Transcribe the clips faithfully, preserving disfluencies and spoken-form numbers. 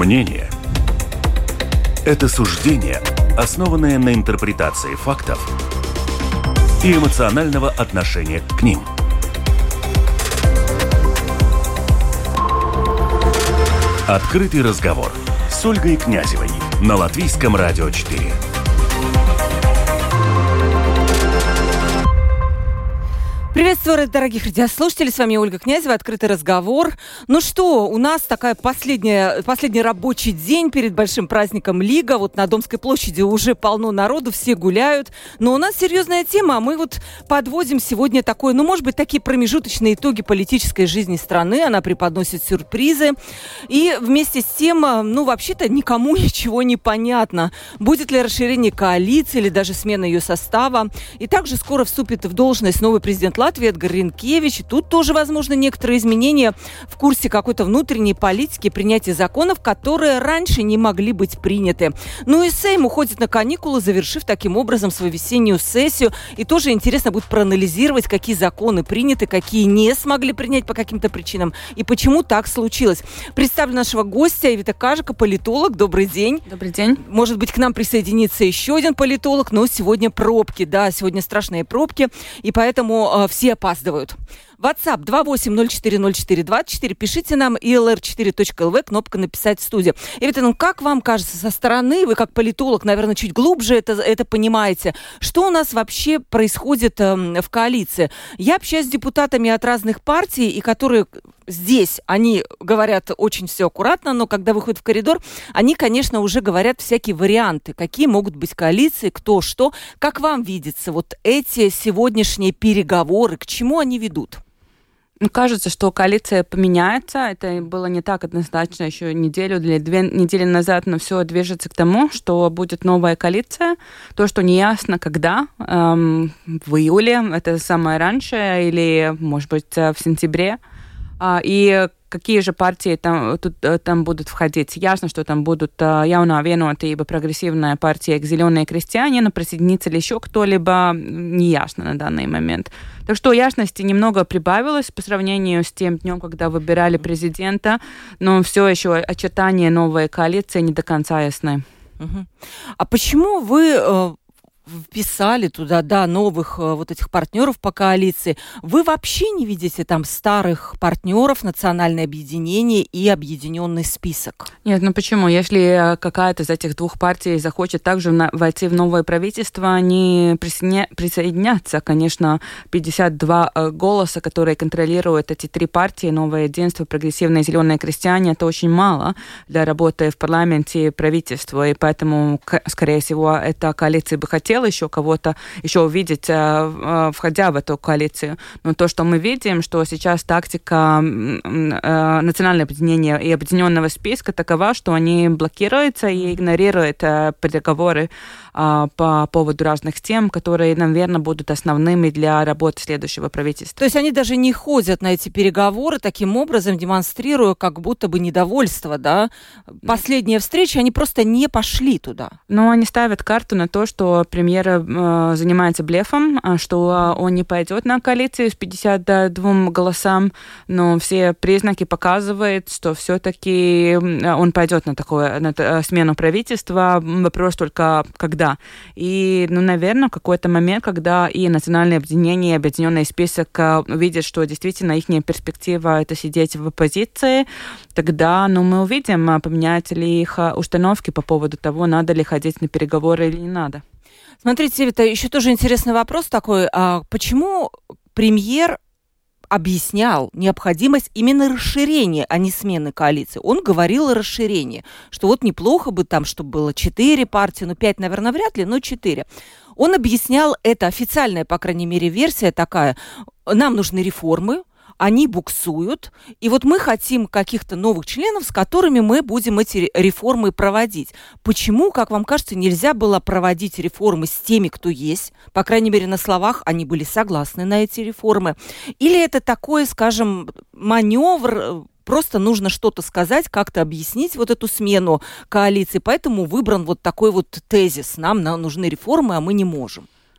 Мнение – это суждение, основанное на интерпретации фактов и эмоционального отношения к ним. Открытый разговор с Ольгой Князевой на Латвийском радио четыре. Приветствую, дорогих радиослушателей, с вами Ольга Князева, «Открытый разговор». Ну что, у нас такая последняя, последний рабочий день перед большим праздником Лига. Вот на Домской площади уже полно народу, все гуляют. Но у нас серьезная тема, а мы вот подводим сегодня такое, ну, может быть, такие промежуточные итоги политической жизни страны. Она преподносит сюрпризы. И вместе с тем, ну, вообще-то никому ничего не понятно. Будет ли расширение коалиции или даже смена ее состава. И также скоро вступит в должность новый президент Латвии Эдгар Ринкевич. И тут тоже, возможно, некоторые изменения в курсе какой-то внутренней политики, принятия законов, которые раньше не могли быть приняты. Ну и Сейм уходит на каникулы, завершив таким образом свою весеннюю сессию. И тоже интересно будет проанализировать, какие законы приняты, какие не смогли принять по каким-то причинам и почему так случилось. Представлю нашего гостя Ивита Кажика, политолог. Добрый день. Добрый день. Может быть, к нам присоединится еще один политолог, но сегодня пробки. Да, сегодня страшные пробки, и поэтому все опаздывают. WhatsApp два восемь ноль четыре ноль четыре двадцать четыре. Пишите нам и эл эр четыре точка эл ви, кнопка «Написать в студию». Ивита, ну как вам кажется со стороны, вы как политолог, наверное, чуть глубже это, это понимаете, что у нас вообще происходит э, в коалиции? Я общаюсь с депутатами от разных партий, и которые здесь, они говорят очень все аккуратно, но когда выходят в коридор, они, конечно, уже говорят всякие варианты, какие могут быть коалиции, кто что. Как вам видится вот эти сегодняшние переговоры, к чему они ведут? Кажется, что коалиция поменяется. Это было не так однозначно еще неделю или две недели назад, но все движется к тому, что будет новая коалиция. То, что неясно когда, эм, в июле, это самое раньше, или, может быть, в сентябре. И какие же партии там, тут, там будут входить? Ясно, что там будут Jaunā vienotība, прогрессивная партия, «Зеленые крестьяне», но присоединится ли еще кто-либо, не ясно на данный момент. Так что ясности немного прибавилось по сравнению с тем днем, когда выбирали президента, но все еще очертания новой коалиции не до конца ясны. Угу. А почему вы вписали туда, да, новых э, вот этих партнеров по коалиции? Вы вообще не видите там старых партнеров, национальное объединение и объединенный список? Нет, ну почему? Если какая-то из этих двух партий захочет также на- войти в новое правительство, они присоединя- присоединятся. Конечно, пятьдесят два э, голоса, которые контролируют эти три партии, Новое единство, Прогрессивные зеленые крестьяне, это очень мало для работы в парламенте и правительстве, и поэтому, к- скорее всего, эта коалиция бы хотела еще кого-то еще увидеть, входя в эту коалицию. Но то, что мы видим, что сейчас тактика национального объединения и объединенного списка такова, что они блокируются и игнорируют переговоры по поводу разных тем, которые, наверное, будут основными для работы следующего правительства. То есть они даже не ходят на эти переговоры, таким образом демонстрируя как будто бы недовольство, да? Последняя встреча, они просто не пошли туда. Но они ставят карту на то, что премьер э, занимается блефом, что он не пойдет на коалицию с пятьюдесятью двумя голосам, но все признаки показывают, что все-таки он пойдет на такое, на смену правительства. Вопрос только когда. И, ну, наверное, в какой-то момент, когда и национальное объединение, и объединенный список увидят, что действительно их перспектива это сидеть в оппозиции, тогда, ну, мы увидим, поменяются ли их установки по поводу того, надо ли ходить на переговоры или не надо. Смотрите, Ивита, еще тоже интересный вопрос такой. А почему премьер объяснял необходимость именно расширения, а не смены коалиции? Он говорил о расширении, что вот неплохо бы там, чтобы было четыре партии, ну пять, наверное, вряд ли, но четыре. Он объяснял, это официальная, по крайней мере, версия такая, нам нужны реформы, они буксуют, и вот мы хотим каких-то новых членов, с которыми мы будем эти реформы проводить. Почему, как вам кажется, нельзя было проводить реформы с теми, кто есть? По крайней мере, на словах они были согласны на эти реформы. Или это такой, скажем, маневр, просто нужно что-то сказать, как-то объяснить вот эту смену коалиции, поэтому выбран вот такой вот тезис. Нам, нам нужны реформы, а мы не можем.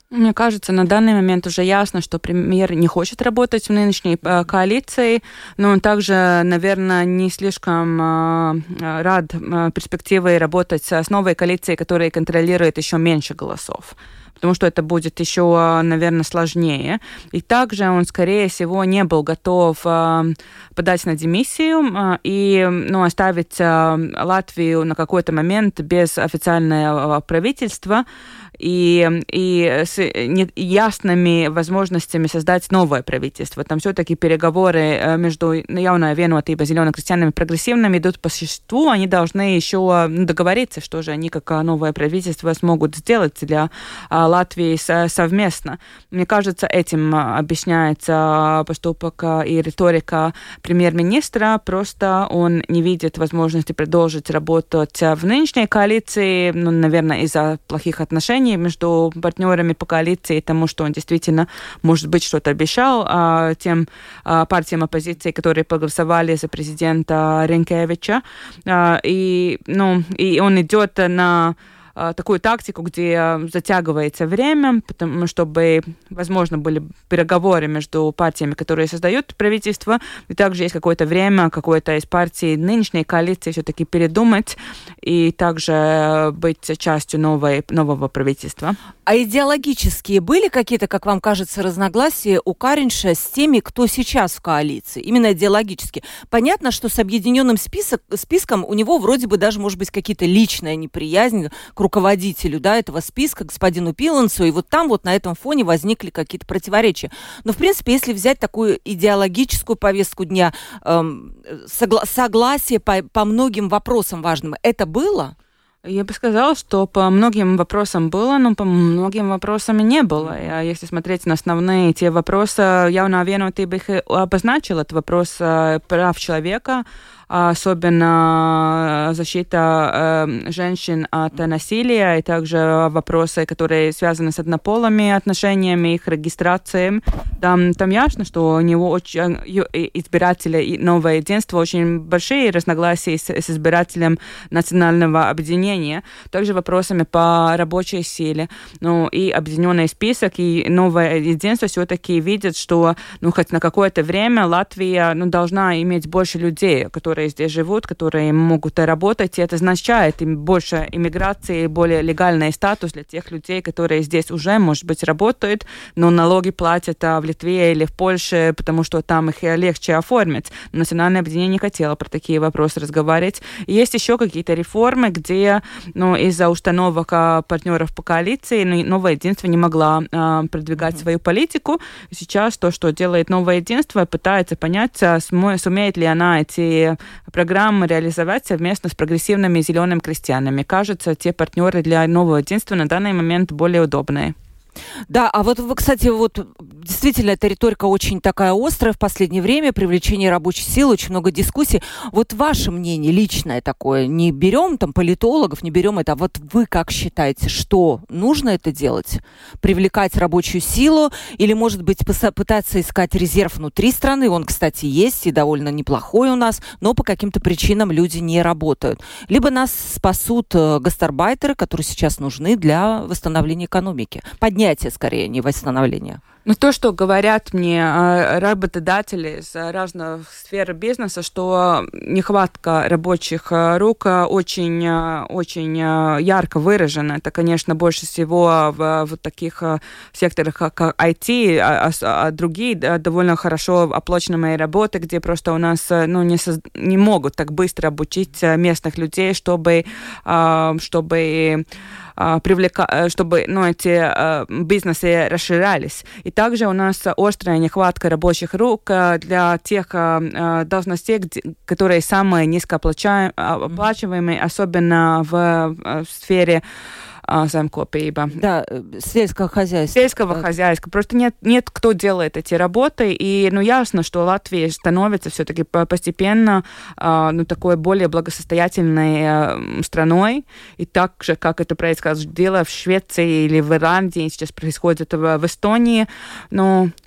Мне кажется, на данный момент уже ясно, что премьер не хочет работать в нынешней э, коалиции, но он также, наверное, не слишком э, рад э, перспективой работать с новой коалицией, которая контролирует еще меньше голосов, потому что это будет еще, наверное, сложнее. И также он, скорее всего, не был готов э, подать на демиссию э, и ну, оставить э, Латвию на какой-то момент без официального правительства и, и с ясными возможностями создать новое правительство. Там все-таки переговоры между Jauная Vienotība, зелено-крестьянами, прогрессивными идут по существу. Они должны еще ну, договориться, что же они как новое правительство смогут сделать для Латвии совместно. Мне кажется, этим объясняется поступок и риторика премьер-министра. Просто он не видит возможности продолжить работать в нынешней коалиции, ну, наверное, из-за плохих отношений между партнерами по коалиции, тому, что он действительно, может быть, что-то обещал а, тем а, партиям оппозиции, которые проголосовали за президента Ринкевича. А, и, ну, и он идет на такую тактику, где затягивается время, потому, чтобы, возможно, были переговоры между партиями, которые создают правительство, и также есть какое-то время, какое-то из партий нынешней коалиции все-таки передумать и также быть частью новой, нового правительства. А идеологические были какие-то, как вам кажется, разногласия у Каринша с теми, кто сейчас в коалиции? Именно идеологически. Понятно, что с объединенным список, списком у него вроде бы даже, может быть, какие-то личная неприязнь к руководителю, да, этого списка, господину Пилансу, и вот там вот на этом фоне возникли какие-то противоречия. Но, в принципе, если взять такую идеологическую повестку дня, эм, согла- согласие по, по многим вопросам важным, это было? Я бы сказала, что по многим вопросам было, но по многим вопросам не было. Если смотреть на основные те вопросы, Jauная Vienotība их обозначила. Это вопрос прав человека, особенно защита э, женщин от насилия, и также вопросы, которые связаны с однополыми отношениями, их регистрацией. Там, там ясно, что у него очень, избиратели и Новое единство очень большие разногласия с, с избирателем национального объединения. Также вопросами по рабочей силе. Ну, и объединенный список, и Новое единство все-таки видят, что ну, хоть на какое-то время Латвия ну, должна иметь больше людей, которые здесь живут, которые могут работать, и это означает им больше иммиграции, более легальный статус для тех людей, которые здесь уже, может быть, работают, но налоги платят в Литве или в Польше, потому что там их легче оформить. Национальное объединение не хотело про такие вопросы разговаривать. И есть еще какие-то реформы, где ну, из-за установок партнеров по коалиции ну, Новое единство не могла а, продвигать mm-hmm. свою политику. И сейчас то, что делает Новое единство, пытается понять, сумеет ли она эти программы реализовать совместно с прогрессивными зелеными крестьянами. Кажется, те партнеры для Нового единства на данный момент более удобные. Да, а вот, кстати, вот действительно эта риторика очень такая острая в последнее время, привлечение рабочей силы, очень много дискуссий. Вот ваше мнение личное такое, не берем там политологов, не берем это, а вот вы как считаете, что нужно это делать? Привлекать рабочую силу или, может быть, пытаться искать резерв внутри страны? Он, кстати, есть и довольно неплохой у нас, но по каким-то причинам люди не работают. Либо нас спасут гастарбайтеры, которые сейчас нужны для восстановления экономики. Поднять скорее, не восстановление. Ну, то, что говорят мне работодатели из разных сфер бизнеса, что нехватка рабочих рук очень, очень ярко выражена. Это, конечно, больше всего в, в таких секторах, как ай ти, а, а другие довольно хорошо оплачиваемые работы, где просто у нас ну, не, соз... не могут так быстро обучить местных людей, чтобы, чтобы привлека... чтобы ну, эти бизнесы расширялись. И также у нас острая нехватка рабочих рук для тех должностей, которые самые низкооплачиваемые, особенно в сфере земкопība. Да, сельского хозяйства. Сельского хозяйства. Просто нет, нет кто делает эти работы, и ну, ясно, что Латвия становится все-таки постепенно ну, такой более благосостоятельной страной, и так же, как это происходило в Швеции или в Ирландии, сейчас происходит в, в Эстонии, но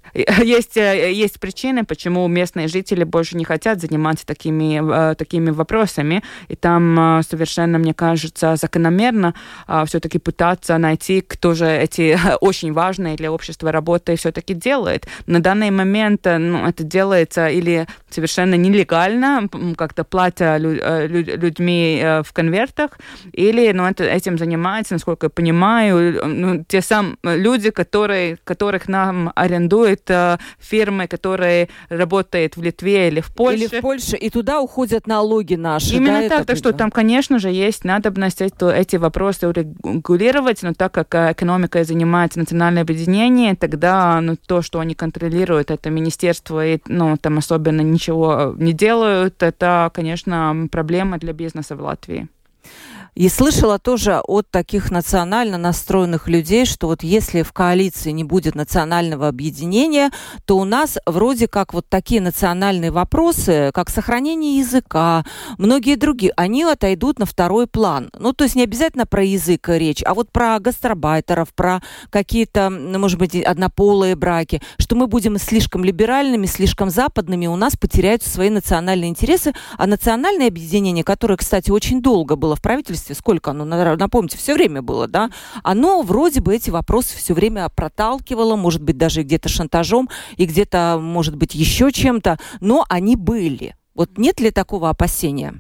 Есть, есть причины, почему местные жители больше не хотят заниматься такими, такими вопросами. И там совершенно, мне кажется, закономерно все-таки пытаться найти, кто же эти очень важные для общества работы все-таки делает. На данный момент ну, это делается или совершенно нелегально, как-то платя лю- людьми в конвертах, или ну, это, этим занимаются, насколько я понимаю, ну, те самые люди, которые, которых нам арендуют фирмы, которые работают в Литве или в Польше. Или в Польше, и туда уходят налоги наши. Именно да, так, так что там, конечно же, есть надобность это, эти вопросы урегулировать, но так как экономикой занимается национальное объединение, тогда ну, то, что они контролируют, это министерство, и ну, там особенно ничего не делают, это, конечно, проблема для бизнеса в Латвии. И слышала тоже от таких национально настроенных людей, что вот если в коалиции не будет национального объединения, то у нас вроде как вот такие национальные вопросы, как сохранение языка, многие другие, они отойдут на второй план. Ну, то есть не обязательно про язык речь, а вот про гастарбайтеров, про какие-то, может быть, однополые браки, что мы будем слишком либеральными, слишком западными, у нас потеряются свои национальные интересы, а национальное объединение, которое, кстати, очень долго было в правительстве, сколько оно, напомните, все время было, да, оно вроде бы эти вопросы все время проталкивало, может быть, даже где-то шантажом, и где-то, может быть, еще чем-то, но они были. Вот нет ли такого опасения?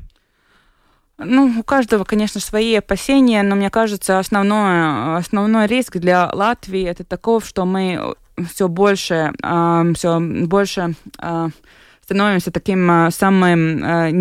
Ну, у каждого, конечно, свои опасения, но мне кажется, основной, основной риск для Латвии это таков, что мы все больше, э, все больше э, становимся таким э, самым э,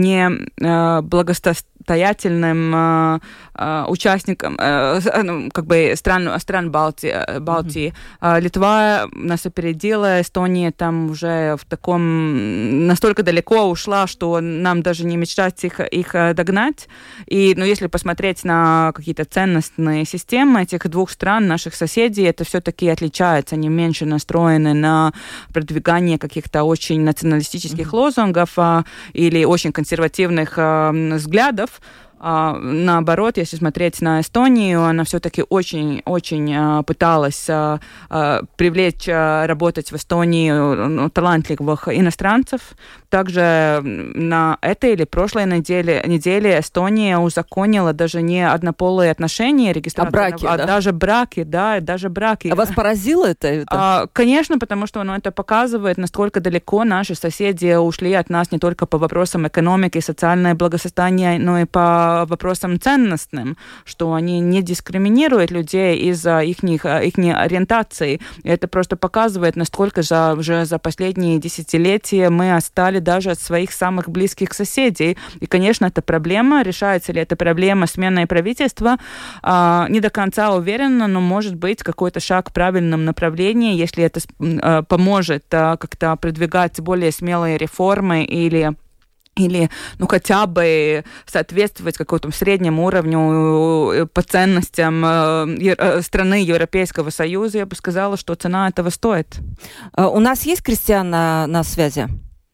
неблагосостоятельным э, э, участником э, ну, как бы стран, стран Балтии. Балтии. Mm-hmm. Литва нас опередила, Эстония там уже в таком настолько далеко ушла, что нам даже не мечтать их, их догнать. И ну, если посмотреть на какие-то ценностные системы этих двух стран, наших соседей, это все-таки отличается. Они меньше настроены на продвигание каких-то очень националистических mm-hmm. лозунгов а, или очень консервативных а, взглядов. А, наоборот, если смотреть на Эстонию, она все-таки очень-очень а, пыталась а, а, привлечь, а, работать в Эстонии ну, талантливых иностранцев. Также на этой или прошлой неделе, неделе Эстония узаконила даже не однополые отношения, регистрацию, а, браки, а да? даже браки, да, даже браки. А вас поразило это? это? А, конечно, потому что ну, это показывает, насколько далеко наши соседи ушли от нас не только по вопросам экономики, социального благосостояния, но и по вопросам ценностным, что они не дискриминируют людей из-за их, их ориентации. И это просто показывает, насколько же уже за последние десятилетия мы отстали даже от своих самых близких соседей. И, конечно, это проблема. Решается ли эта проблема сменой правительства? А, не до конца уверена, но может быть какой-то шаг в правильном направлении, если это а, поможет а, как-то продвигать более смелые реформы или или, ну, хотя бы соответствовать какому-то среднему уровню по ценностям страны Европейского Союза, я бы сказала, что цена этого стоит. У нас есть Кристиан на, на связи?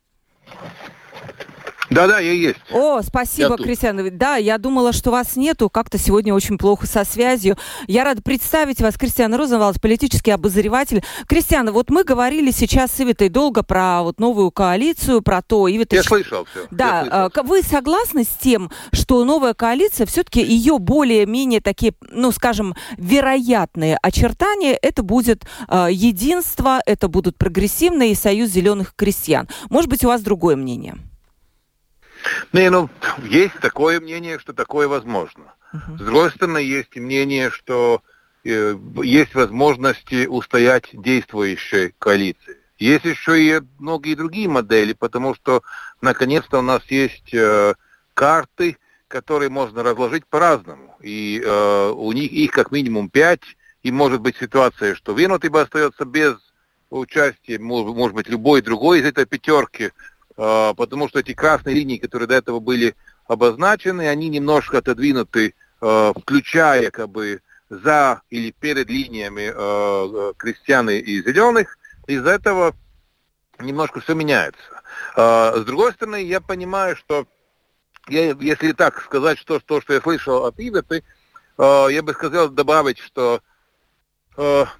Да-да, я есть. О, спасибо, Кристиан. Да, я думала, что вас нету. Как-то сегодня очень плохо со связью. Я рада представить вас, Кристиан Розенвалдс, политический обозреватель. Кристиан, вот мы говорили сейчас с Ивитой долго про вот новую коалицию, про то... Ивита... Я слышал все. Да, слышал. Вы согласны с тем, что новая коалиция, все-таки ее более-менее такие, ну, скажем, вероятные очертания, это будет э, единство, это будут прогрессивные и союз зеленых крестьян. Может быть, у вас другое мнение? Не, ну, есть такое мнение, что такое возможно. Uh-huh. С другой стороны, есть мнение, что э, есть возможности устоять действующей коалиции. Есть еще и многие другие модели, потому что, наконец-то, у нас есть э, карты, которые можно разложить по-разному. И э, у них их как минимум пять, и может быть ситуация, что Венотиба остается без участия, может, может быть, любой другой из этой пятерки, потому что эти красные линии, которые до этого были обозначены, они немножко отодвинуты, включая как бы за или перед линиями крестьян и зеленых. Из-за этого немножко все меняется. С другой стороны, я понимаю, что я, если так сказать, что, то, что я слышал от Ивиты, я бы сказал добавить, что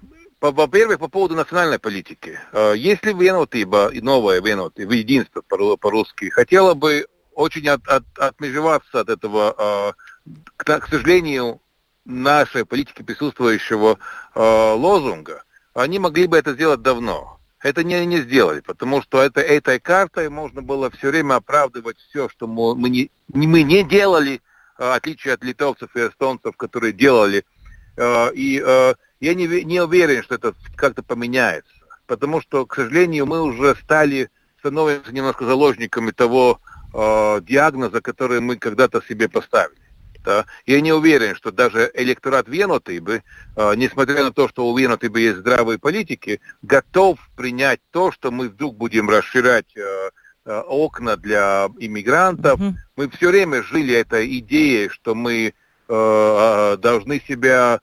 Во-первых, по поводу национальной политики. Если Венотиба, новая Венотиба, единство по-русски, хотела бы очень от, от, отмежеваться от этого, к, к сожалению, нашей политики присутствующего лозунга, они могли бы это сделать давно. Это не, не сделали, потому что это, этой картой можно было все время оправдывать все, что мы, мы, не, мы не делали, в отличие от литовцев и эстонцев, которые делали. И я не, не уверен, что это как-то поменяется, потому что, к сожалению, мы уже стали, становимся немножко заложниками того э, диагноза, который мы когда-то себе поставили. Да? Я не уверен, что даже электорат Венотибы, э, несмотря на то, что у Венотибы есть здравые политики, готов принять то, что мы вдруг будем расширять э, э, окна для иммигрантов. Mm-hmm. Мы все время жили этой идеей, что мы э, должны себя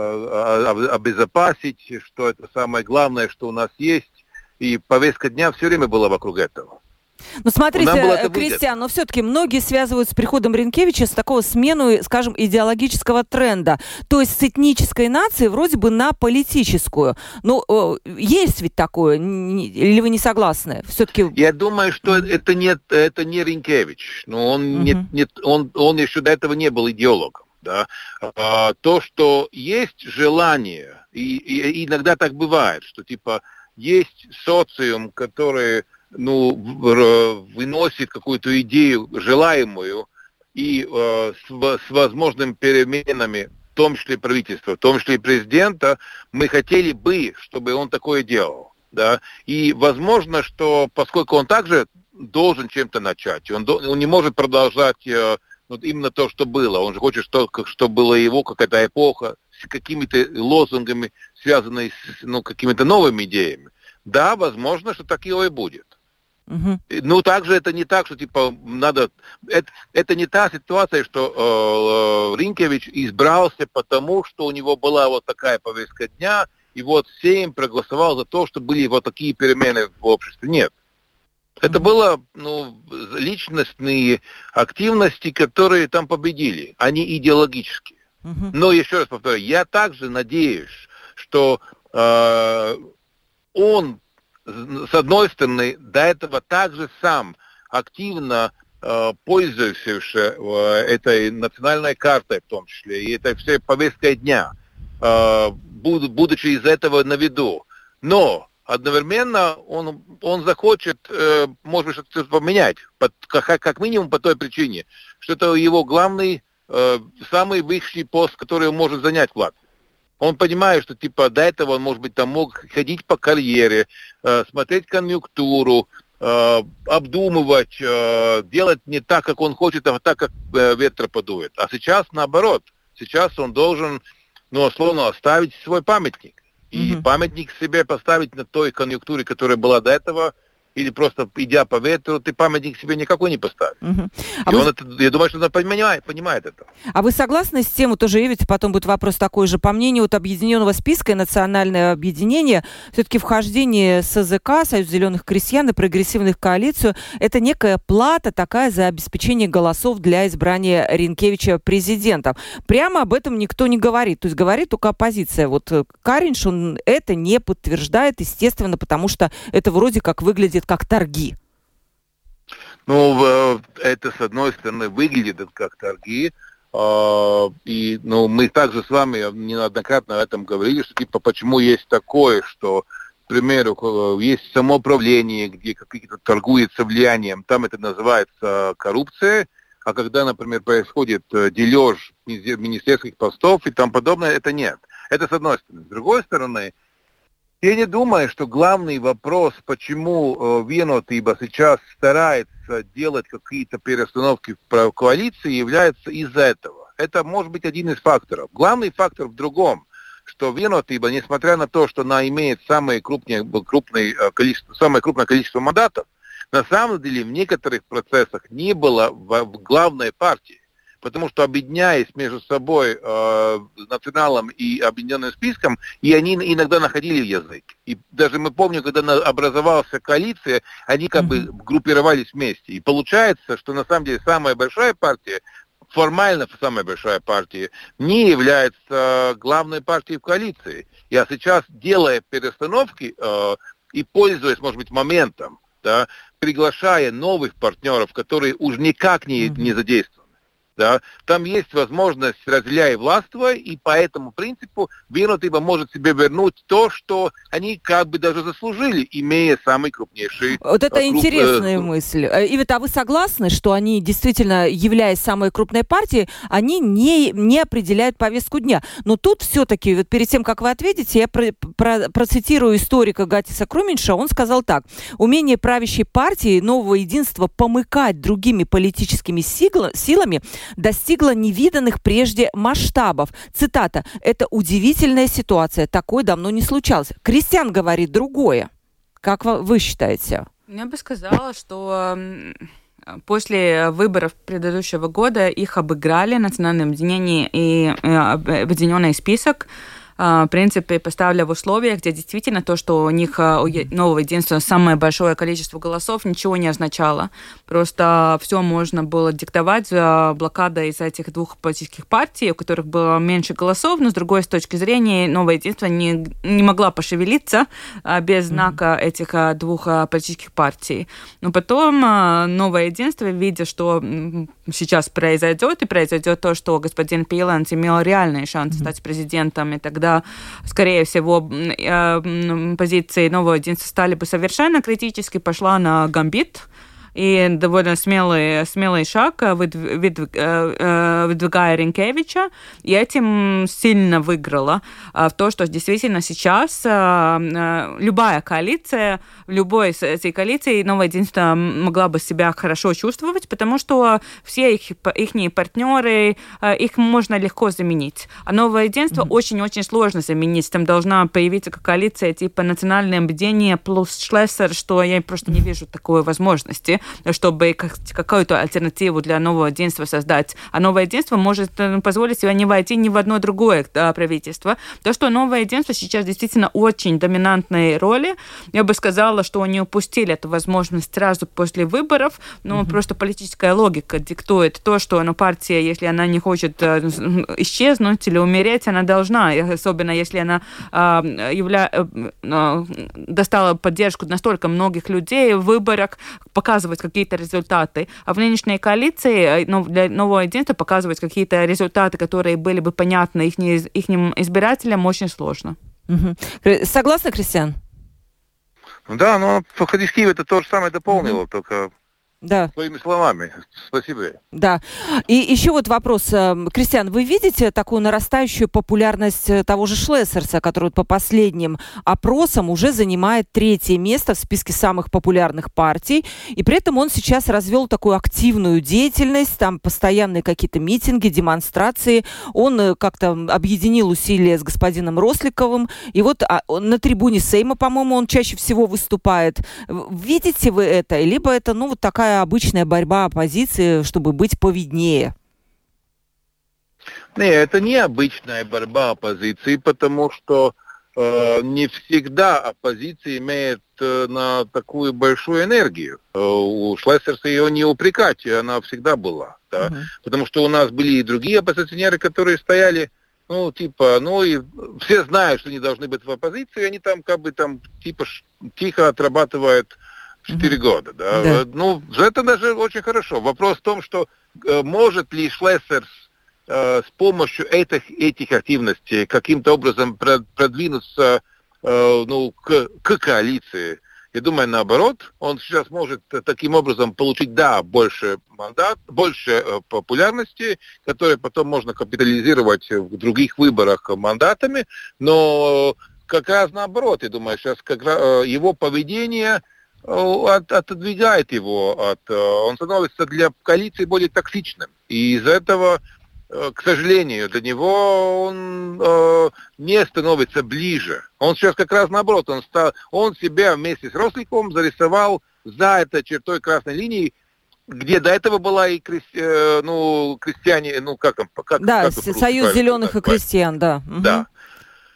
обезопасить, что это самое главное, что у нас есть, и повестка дня все время была вокруг этого. Ну, смотрите, Кристиан, но все-таки многие связывают с приходом Ринкевича с такого смену, скажем, идеологического тренда. То есть с этнической нации вроде бы на политическую. Ну, есть ведь такое, или вы не согласны? Все-таки... Я думаю, что это не, это не Ринкевич. Но он, uh-huh. не, не, он, он еще до этого не был идеологом. Да? А, то, что есть желание, и, и иногда так бывает, что типа есть социум, который ну, выносит какую-то идею желаемую и э, с, с возможными переменами, в том числе правительства, в том числе и президента, мы хотели бы, чтобы он такое делал. Да? И возможно, что поскольку он также должен чем-то начать, он, до, он не может продолжать э, вот именно то, что было. Он же хочет, что, что было его, какая-то эпоха, с какими-то лозунгами, связанными с ну, какими-то новыми идеями. Да, возможно, что так и будет. Uh-huh. Ну, также это не так, что, типа, надо... Это, это не та ситуация, что э, Ринкевич избрался потому, что у него была вот такая повестка дня, и вот Сейм проголосовал за то, что были вот такие перемены в обществе. Нет. Это было ну, личностные активности, которые там победили, они идеологические. Uh-huh. Но еще раз повторяю, я также надеюсь, что э, он, с одной стороны, до этого также сам активно э, пользуется э, этой национальной картой в том числе, и этой всей повесткой дня, э, буд, будучи из этого на виду. Но одновременно он, он захочет, э, может быть, что-то поменять, под, как, как минимум по той причине, что это его главный, э, самый высший пост, который он может занять в Латвии. Он понимает, что типа до этого он, может быть, там мог ходить по карьере, э, смотреть конъюнктуру, э, обдумывать, э, делать не так, как он хочет, а так, как э, ветер подует. А сейчас наоборот. Сейчас он должен, ну, условно, оставить свой памятник. И mm-hmm. памятник себе поставить на той конъюнктуре, которая была до этого, или просто идя по ветру, ты памятник себе никакой не поставишь. Uh-huh. А и вы... он это, я думаю, что он понимает, понимает это. А вы согласны с тем, тоже, видите, потом будет вопрос такой же, по мнению вот объединенного списка и национальное объединение, все-таки вхождение СЗК, Союз зеленых крестьян и прогрессивных коалицию, это некая плата такая за обеспечение голосов для избрания Ринкевича президентом. Прямо об этом никто не говорит. То есть говорит только оппозиция. Вот Каринш, он это не подтверждает, естественно, потому что это вроде как выглядит как торги. Ну, это, с одной стороны, выглядит как торги. И ну, мы также с вами неоднократно об этом говорили, что типа почему есть такое, что, к примеру, есть самоуправление, где какие-то торгуется влиянием, там это называется коррупция, а когда, например, происходит дележ министерских постов и тому подобное, это нет. Это с одной стороны. С другой стороны, я не думаю, что главный вопрос, почему э, Венотиба сейчас старается делать какие-то перестановки в коалиции, является из-за этого. Это может быть один из факторов. Главный фактор в другом, что Венотиба, несмотря на то, что она имеет самое крупное, крупное количество, самое крупное количество мандатов, на самом деле в некоторых процессах не было в, в главной партии. Потому что, объединяясь между собой э, националом и объединенным списком, и они иногда находили язык. И даже мы помним, когда образовалась коалиция, они как mm-hmm. бы группировались вместе. И получается, что на самом деле самая большая партия формально самая большая партия, не является главной партией в коалиции. Я сейчас, делая перестановки э, и пользуясь, может быть, моментом, да, приглашая новых партнеров, которые уж никак не, не задействованы, да, там есть возможность разделяй и властвуй, и по этому принципу Виноtība может себе вернуть то, что они как бы даже заслужили, имея самый крупнейший... Вот это круп, интересная э, мысль. Ивета, а вы согласны, что они действительно, являясь самой крупной партией, они не, не определяют повестку дня? Но тут все-таки, вот перед тем, как вы ответите, я про, про, процитирую историка Гатиса Круминша. Он сказал так. Умение правящей партии Нового единства помыкать другими политическими сигла, силами достигла невиданных прежде масштабов. Цитата. «Это удивительная ситуация. Такое давно не случалось». Кристиан говорит другое. Как вы считаете? Я бы сказала, что после выборов предыдущего года их обыграли Национальное объединение и Объединенный список. В принципе, поставили в условиях, где действительно то, что у них, у Нового единства, самое большое количество голосов, ничего не означало. Просто все можно было диктовать за блокадой из этих двух политических партий, у которых было меньше голосов, но, с другой с точки зрения, Новое единство не, не могла пошевелиться без знака mm-hmm. этих двух политических партий. Но потом Новое единство, видя, что сейчас произойдет, и произойдет то, что господин Пīlēns имел реальные шансы mm-hmm. стать президентом, и тогда когда, скорее всего, позиции Нового единства стали бы совершенно критически, пошла на гамбит. И довольно смелый, смелый шаг, выдвигая Ринкевича, и этим сильно выиграла в то, что действительно сейчас любая коалиция, в любой из этой коалиции Новое единство могла бы себя хорошо чувствовать, потому что все их, их партнеры, их можно легко заменить. А Новое единство mm-hmm. очень-очень сложно заменить. Там должна появиться коалиция типа Национальное объединение плюс Шлессер, что я просто не вижу такой возможности, чтобы какую-то альтернативу для Нового единства создать. А Новое единство может позволить себе не войти ни в одно другое да, правительство. То, что Новое единство сейчас действительно очень доминантной роли, я бы сказала, что они упустили эту возможность сразу после выборов, но mm-hmm. просто политическая логика диктует то, что ну, партия, если она не хочет э, исчезнуть или умереть, она должна, особенно если она э, явля... э, достала поддержку настолько многих людей в выборах, показывать какие-то результаты. А в нынешней коалиции ну, для Нового единства показывать какие-то результаты, которые были бы понятны их, их избирателям, очень сложно. Угу. Согласна, Кристиан? Да, но фактически это то же самое дополнило, угу. только... Да. Своими словами. Спасибо. Да. И еще вот вопрос. Кристиан, вы видите такую нарастающую популярность того же Шлессерса, который по последним опросам уже занимает третье место в списке самых популярных партий, и при этом он сейчас развел такую активную деятельность, там постоянные какие-то митинги, демонстрации. Он как-то объединил усилия с господином Росликовым, и вот на трибуне Сейма, по-моему, он чаще всего выступает. Видите вы это? Либо это, ну, вот такая обычная борьба оппозиции, чтобы быть повиднее? Нет, это не обычная борьба оппозиции, потому что э, не всегда оппозиция имеет э, на такую большую энергию. Э, у Шлессерса ее не упрекать, она всегда была. Да? Uh-huh. Потому что у нас были и другие оппозиционеры, которые стояли, ну, типа, ну, и все знают, что они должны быть в оппозиции, и они там, как бы, там, типа, тихо отрабатывают Четыре mm-hmm. года, да. да. Ну, это даже очень хорошо. Вопрос в том, что э, может ли Шлессерс э, с помощью этих, этих активностей каким-то образом продвинуться э, ну, к, к коалиции. Я думаю, наоборот, он сейчас может таким образом получить, да, больше мандат, больше э, популярности, которые потом можно капитализировать в других выборах мандатами, но как раз наоборот, я думаю, сейчас как раз, э, его поведение От, отодвигает его, от, он становится для коалиции более токсичным. И из-за этого, к сожалению, для него он э, не становится ближе. Он сейчас как раз наоборот, он, стал, он себя вместе с Росликовым зарисовал за этой чертой красной линии, где до этого была и крести, э, ну, крестьяне, ну как, как да, как Союз зеленых и крестьян, да. Да.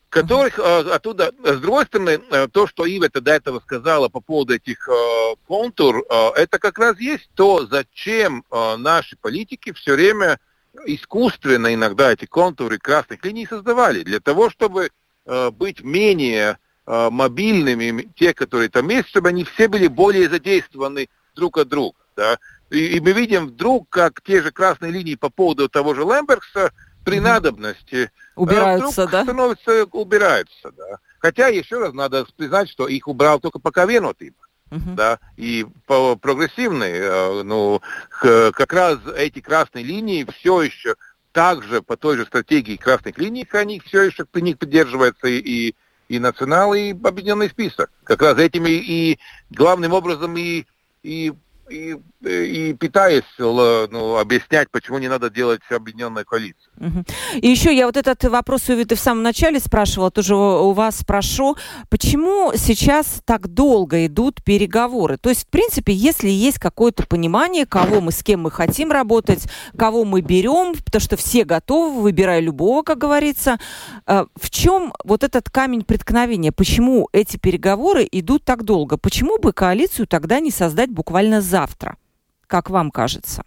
которых uh-huh. оттуда, с другой стороны, то, что Ивета до этого сказала по поводу этих uh, контур, uh, это как раз есть то, зачем uh, наши политики все время искусственно иногда эти контуры красных линий создавали, для того, чтобы uh, быть менее uh, мобильными, те, которые там есть, чтобы они все были более задействованы друг от друга. Да? И, и мы видим вдруг, как те же красные линии по поводу того же Лембергса при надобности убираются, вдруг да? становятся, убираются, да. Хотя, еще раз, надо признать, что их убрал только пока Венотиба, uh-huh. да, и по прогрессивные, ну, как раз эти красные линии все еще также по той же стратегии красных линий, они все еще при них придерживаются и, и национал, и объединенный список. Как раз этими и главным образом и, и И, и пытаясь ну, объяснять, почему не надо делать объединенную коалицию. Угу. И еще я вот этот вопрос у Виты в самом начале спрашивала, тоже у вас спрошу, почему сейчас так долго идут переговоры? То есть, в принципе, если есть какое-то понимание, кого мы, с кем мы хотим работать, кого мы берем, потому что все готовы, выбирай любого, как говорится, в чем вот этот камень преткновения? Почему эти переговоры идут так долго? Почему бы коалицию тогда не создать буквально за завтра, как вам кажется?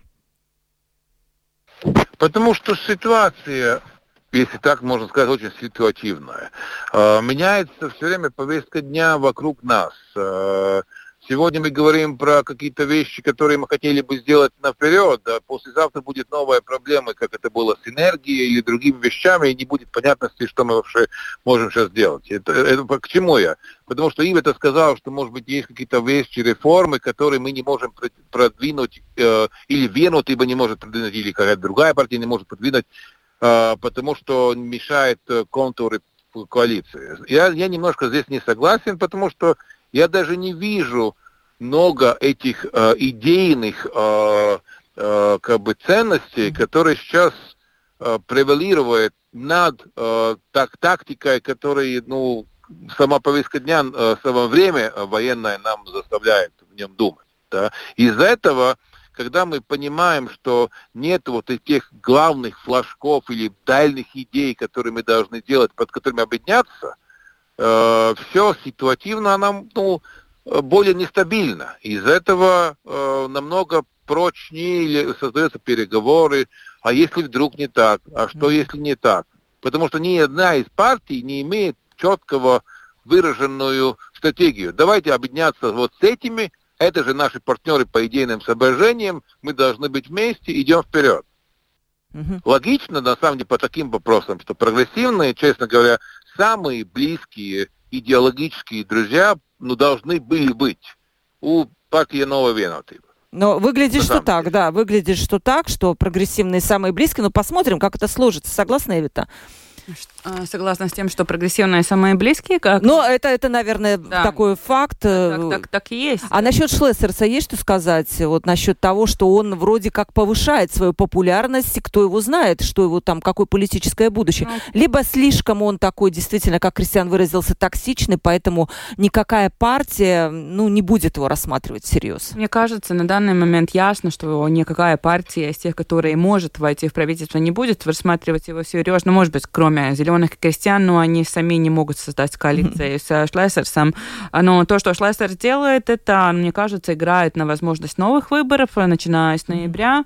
Потому что ситуация, если так можно сказать, очень ситуативная. Меняется все время повестка дня вокруг нас. Сегодня мы говорим про какие-то вещи, которые мы хотели бы сделать наперед, а послезавтра будет новая проблема, как это было с энергией или другими вещами, и не будет понятности, что мы вообще можем сейчас делать. Это, это к чему я? Потому что Ива это сказал, что, может быть, есть какие-то вещи, реформы, которые мы не можем продвинуть, э, или Венут ибо не может продвинуть, или какая-то другая партия не может продвинуть, э, потому что мешает контуры коалиции. Я, я немножко здесь не согласен, потому что я даже не вижу много этих э, идейных э, э, как бы ценностей, которые сейчас э, превалируют над э, так, тактикой, которая, ну, сама повестка дня, э, само время военное нам заставляет в нем думать. Да? Из-за этого, когда мы понимаем, что нет вот этих главных флажков или дальних идей, которые мы должны делать, под которыми объединяться, э, все ситуативно, она, ну, более нестабильно. Из-за этого э, намного прочнее создаются переговоры, а если вдруг не так, а что если не так? Потому что ни одна из партий не имеет четкого выраженную стратегию. Давайте объединяться вот с этими, это же наши партнеры по идейным соображениям, мы должны быть вместе, идем вперед. Mm-hmm. Логично, на самом деле, по таким вопросам, что прогрессивные, честно говоря, самые близкие идеологические друзья, ну, должны были быть у партии Нового Венотиба. Но выглядит, что так, деле. да, выглядит, что так, что прогрессивные самые близкие, но посмотрим, как это сложится. Согласна, Эвита? Согласна с тем, что прогрессивные самые близкие. Как... Но это, это, наверное, да. такой факт. Так, так, так и есть. А насчет Шлессерса есть что сказать? Вот насчет того, что он вроде как повышает свою популярность, кто его знает, что его там, какое политическое будущее. Ну. Либо слишком он такой, действительно, как Кристиан выразился, токсичный, поэтому никакая партия, ну, не будет его рассматривать всерьез. Мне кажется, на данный момент ясно, что никакая партия из тех, которые может войти в правительство, не будет рассматривать его всерьез. Ну, может быть, кроме зеленых крестьян, но они сами не могут создать коалицию mm-hmm. с Шлессерсом. Но то, что Шлессер делает, это, мне кажется, играет на возможность новых выборов, начиная с ноября.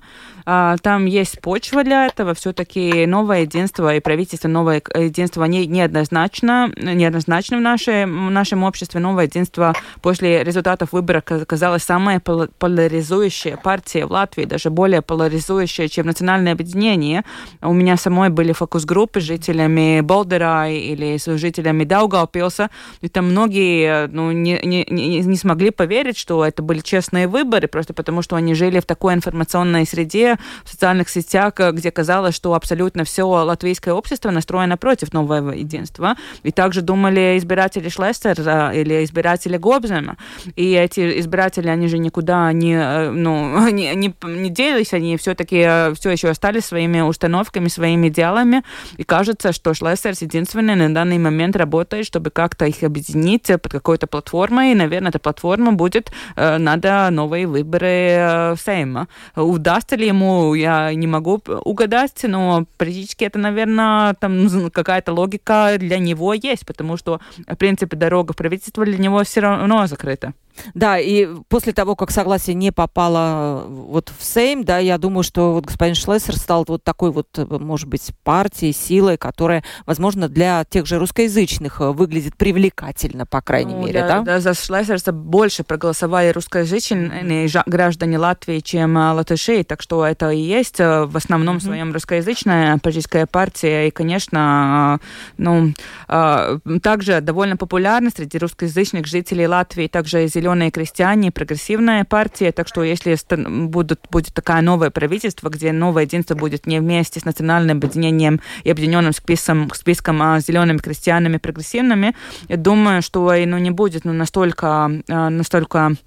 Там есть почва для этого. Все-таки новое единство и правительство, новое единство, они неоднозначно, неоднозначно в, нашей, в нашем обществе. Новое единство после результатов выборов оказалось самая поляризующая партия в Латвии, даже более поляризующая, чем национальное объединение. У меня самой были фокус-группы с жителями Болдера или с жителями Даугавпилса, и там многие ну, не, не, не, не смогли поверить, что это были честные выборы, просто потому что они жили в такой информационной среде, в социальных сетях, где казалось, что абсолютно все латвийское общество настроено против нового единства. И также думали избиратели Шлессера или избиратели Гобзема. И эти избиратели, они же никуда не, ну, не, не, не делись, они все-таки все еще остались своими установками, своими идеалами. И кажется, кажется, что Шлессерс единственный на данный момент работает, чтобы как-то их объединить под какой-то платформой. И, наверное, эта платформа будет, надо новые выборы в Сейма. Удастся ли ему, я не могу угадать, но политически это, наверное, там какая-то логика для него есть, потому что, в принципе, дорога в правительство для него все равно закрыта. Да, и после того, как согласие не попало вот в Сейм, да, я думаю, что вот господин Шлессер стал вот такой вот, может быть, партией, силой, которая, возможно, для тех же русскоязычных выглядит привлекательно, по крайней ну, мере, да? Да, за Шлессерса больше проголосовали русскоязычные граждане Латвии, чем латыши, так что это и есть в основном mm-hmm. своем русскоязычная политическая партия, и, конечно, ну, также довольно популярна среди русскоязычных жителей Латвии, также и «Зеленые крестьяне», прогрессивная партия, так что если будут, будет такое новое правительство, где новое единство будет не вместе с национальным объединением и объединенным списком, списком а зелеными крестьянами, прогрессивными, я думаю, что ну, не будет ну, настолько, настолько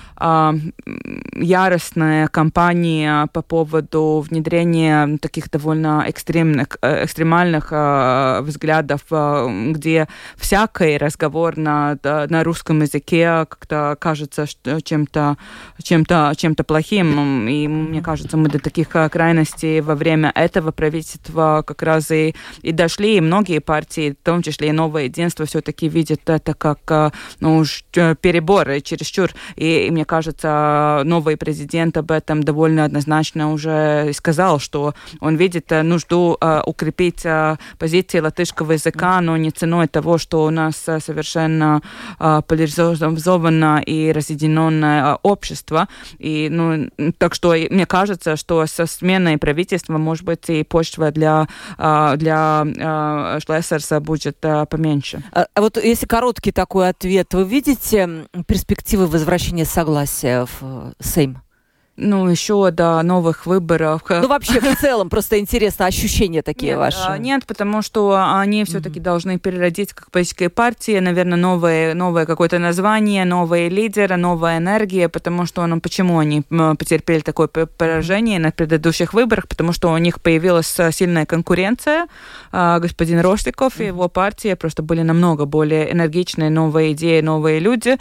яростная кампания по поводу внедрения таких довольно экстремных, экстремальных взглядов, где всякий разговор на, на русском языке как-то кажется чем-то, чем-то, чем-то плохим. И мне кажется, мы до таких крайностей во время этого правительства как раз и, и дошли. И многие партии, в том числе и Новое единство, все-таки видят это как ну, перебор, чересчур. И, и мне кажется, новый президент об этом довольно однозначно уже сказал, что он видит нужду uh, укрепить uh, позиции латышского языка, но не ценой того, что у нас uh, совершенно uh, поляризованное и разъединенное uh, общество. И, ну, так что мне кажется, что со сменой правительства, может быть, и почва для, uh, для uh, Шлессерса будет uh, поменьше. А, а вот если короткий такой ответ, вы видите перспективы возвращения согласия в Сейм? Ну, еще до новых выборов. Ну, вообще, в целом, просто интересно, ощущения такие нет, ваши? Нет, потому что они все-таки mm-hmm. должны переродиться как политические партии, наверное, новое, новое какое-то название, новые лидеры, новая энергия, потому что, ну, почему они потерпели такое поражение на предыдущих выборах? Потому что у них появилась сильная конкуренция. Господин Роштиков и его партия просто были намного более энергичные, новые идеи, новые люди.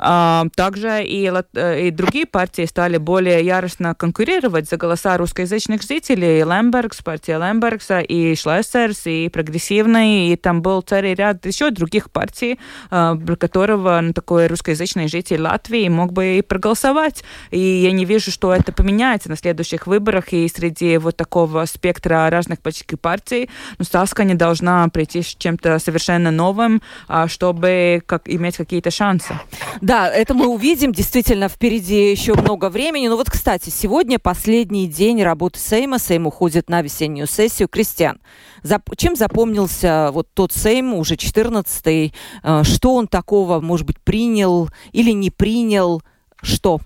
Также и, и другие партии стали более яростно конкурировать за голоса русскоязычных жителей. И Лембергс, партия Лембергса, и Шлессерс, и прогрессивный, и там был целый ряд еще других партий, про которого ну, такой русскоязычный житель Латвии мог бы и проголосовать. И я не вижу, что это поменяется на следующих выборах, и среди вот такого спектра разных политических партий ну, Саска не должна прийти с чем-то совершенно новым, чтобы как, иметь какие-то шансы. Да, это мы увидим. Действительно, впереди еще много времени. Но вот, кстати, сегодня последний день работы Сейма. Сейм уходит на весеннюю сессию крестьян. Зап- чем запомнился вот тот Сейм, уже четырнадцатый? Э, что он такого, может быть, принял или не принял? Что?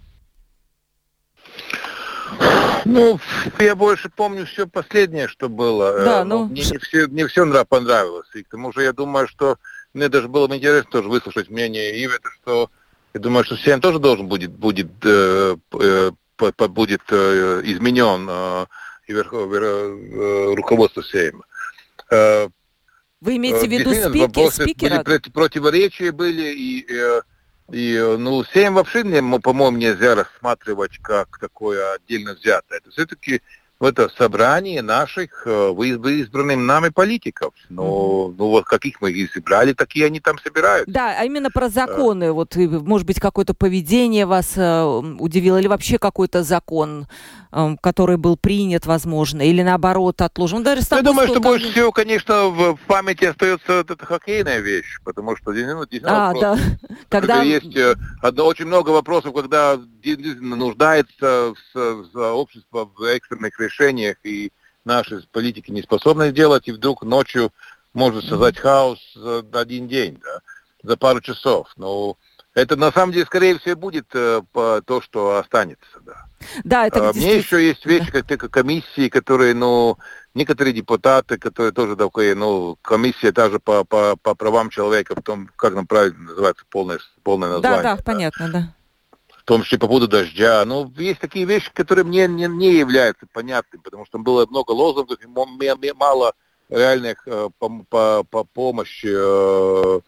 Ну, я больше помню все последнее, что было. Да, ну... Мне не все, не все понравилось. И к тому же я думаю, что мне даже было бы интересно тоже выслушать мнение Ивета, что я думаю, что Сейм тоже должен будет, будет, э, э, будет э, изменен э, и верхов, э, руководство Сейма. Э, Вы имеете в виду спикер, спикера? Были противоречия были, и, э, и ну, Сейм вообще, по-моему, нельзя рассматривать как такое отдельно взятое. Это все-таки это собрание наших избранных нами политиков. Но, mm-hmm. ну вот каких мы их избрали, такие они там собираются. Да, а именно про законы. А... Вот, может быть, какое-то поведение вас э, удивило, или вообще какой-то закон, э, который был принят, возможно, или наоборот отложен. Даже Я думаю, что больше всего, конечно, в памяти остается вот эта хоккейная вещь, потому что ну, а, да. когда есть э, одно, очень много вопросов, когда нуждается общество в экстренных решениях, и наши политики не способны сделать, и вдруг ночью может создать хаос за один день, да, за пару часов. Но это на самом деле, скорее всего, будет э, по, то, что останется. Да. Да, это а, мне еще есть вещи, да. как комиссии, которые, ну, некоторые депутаты, которые тоже такие, ну, комиссия даже по, по, по правам человека, в том, как нам правильно называется полное, полное название. Да, да, понятно, да. В том числе по поводу дождя. Но есть такие вещи, которые мне не, не являются понятными, потому что было много лозунгов и мало реальных э, по, по, по помощи э,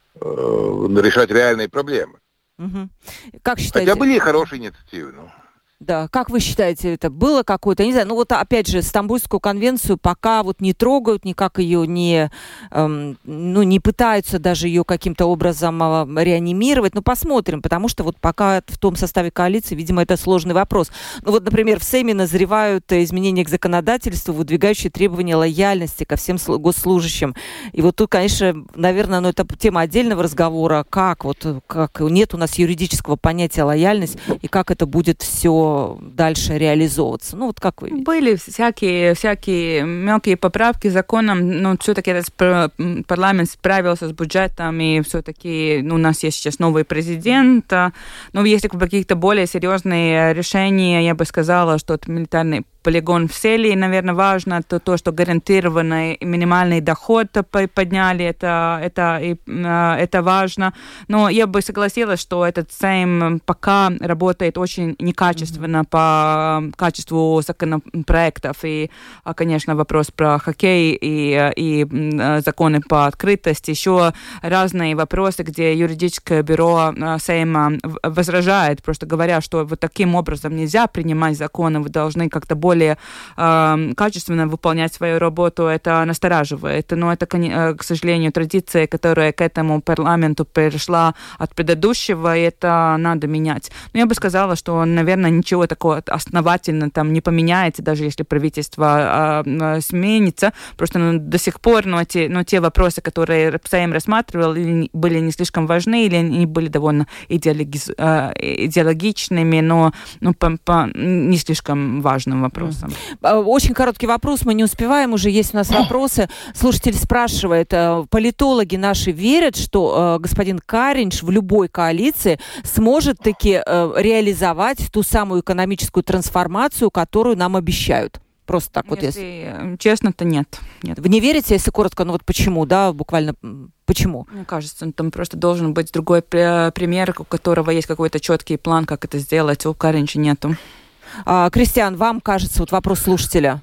э, решать реальные проблемы. Угу. Как считаете? Хотя были и хорошие инициативы. Ну. Да, как вы считаете, это было какое-то, не знаю, ну вот опять же, Стамбульскую конвенцию пока вот не трогают, никак ее не, эм, ну, не пытаются даже ее каким-то образом э, реанимировать, ну посмотрим, потому что вот пока в том составе коалиции, видимо, это сложный вопрос. Ну вот, например, в Сейме назревают изменения к законодательству, выдвигающие требования лояльности ко всем госслужащим. И вот тут, конечно, наверное, ну, это тема отдельного разговора, как вот, как нет у нас юридического понятия лояльность, и как это будет все дальше реализовываться. Ну, вот как вы видите? Были всякие, всякие мелкие поправки законом, но все-таки этот парламент справился с бюджетом, и все-таки ну, у нас есть сейчас новый президент. Но если какие-то более серьезные решения, я бы сказала, что это милитарный полигон в селе, наверное, важно, то, то что гарантированный минимальный доход подняли, это, это, это важно. Но я бы согласилась, что этот Сейм пока работает очень некачественно mm-hmm. по качеству законопроектов. И, конечно, вопрос про хоккей и, и законы по открытости, еще разные вопросы, где юридическое бюро Сейма возражает, просто говоря, что вот таким образом нельзя принимать законы, вы должны как-то более более э, качественно выполнять свою работу, это настораживает. Но это, к сожалению, традиция, которая к этому парламенту перешла от предыдущего, и это надо менять. Но я бы сказала, что, наверное, ничего такого основательно там не поменяется, даже если правительство э, сменится. Просто ну, до сих пор ну, те, ну, те вопросы, которые Сейм рассматривал, были не слишком важны, или они были довольно идеологи... э, идеологичными, но ну, по, по не слишком важным вопросам. Очень короткий вопрос, мы не успеваем, уже есть у нас вопросы. Слушатель спрашивает, политологи наши верят, что господин Каринш в любой коалиции сможет таки реализовать ту самую экономическую трансформацию, которую нам обещают? Просто так вот. Если, если... честно, то нет, нет. Вы не верите, если коротко, ну вот почему, да, буквально почему? Мне кажется, там просто должен быть другой пример, у которого есть какой-то четкий план, как это сделать, у Каринча нету. А, Кристиан, вам кажется, вот вопрос слушателя.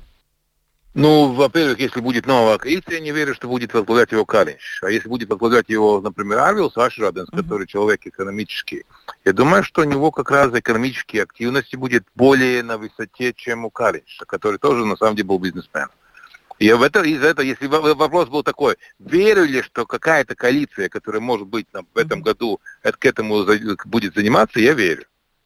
Ну, во-первых, если будет новая коалиция, я не верю, что будет возглавлять его Каринч. А если будет возглавлять его, например, Арвилс Ашраденс, uh-huh. который человек экономический, я думаю, что у него как раз экономические активности будет более на высоте, чем у Каринча, который тоже, на самом деле, был бизнесмен. И в это, из-за этого, если вопрос был такой, верю ли, что какая-то коалиция, которая может быть там, в этом uh-huh. году к этому будет заниматься, я верю.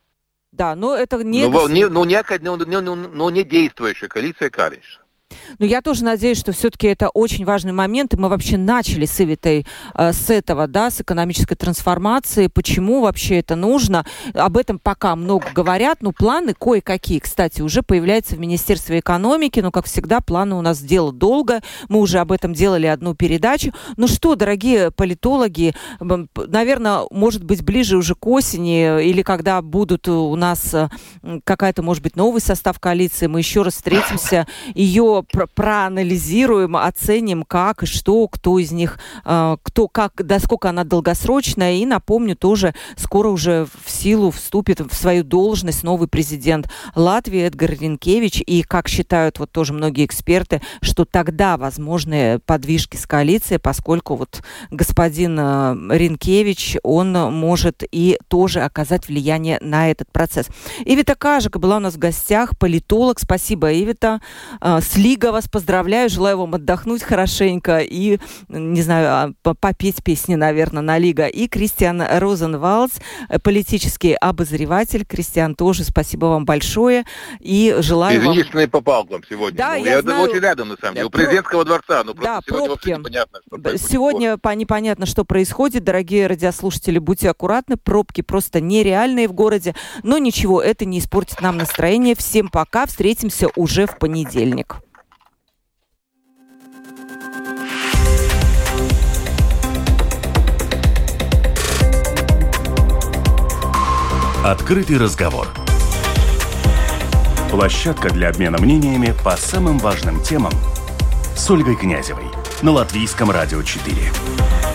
Да, но это не... Но не, но не, но, но, но не действующая коалиция Каринча. Ну, я тоже надеюсь, что все-таки это очень важный момент, и мы вообще начали с этой, с этого, да, с экономической трансформации. Почему вообще это нужно? Об этом пока много говорят, но планы кое-какие, кстати, уже появляются в Министерстве экономики, но, как всегда, планы у нас дело долго. Мы уже об этом делали одну передачу. Ну что, дорогие политологи, наверное, может быть, ближе уже к осени, или когда будут у нас какая-то, может быть, новый состав коалиции, мы еще раз встретимся, ее проанализируем, оценим, как и что, кто из них, кто, как, да, сколько она долгосрочная. И напомню, тоже скоро уже в силу вступит в свою должность новый президент Латвии Эдгар Ринкевич. И, как считают вот тоже многие эксперты, что тогда возможны подвижки с коалицией, поскольку вот господин Ринкевич, он может и тоже оказать влияние на этот процесс. Ивита Кажика была у нас в гостях, политолог. Спасибо, Ивита. С Лига вас поздравляю, желаю вам отдохнуть хорошенько и, не знаю, попеть песни, наверное, на Лига. И Кристиан Розенвалдс, политический обозреватель. Кристиан, тоже спасибо вам большое и желаю Извините, вам... что не попал к вам сегодня. Да, ну, я, я знаю... очень рядом, на самом деле, у президентского дворца. Но да, просто сегодня пробки. вообще непонятно, что происходит. Сегодня непонятно, что происходит. Дорогие радиослушатели, будьте аккуратны. Пробки просто нереальные в городе. Но ничего, это не испортит нам настроение. Всем пока. Встретимся уже в понедельник. Открытый разговор. Площадка для обмена мнениями по самым важным темам с Ольгой Князевой на Латвийском радио четыре.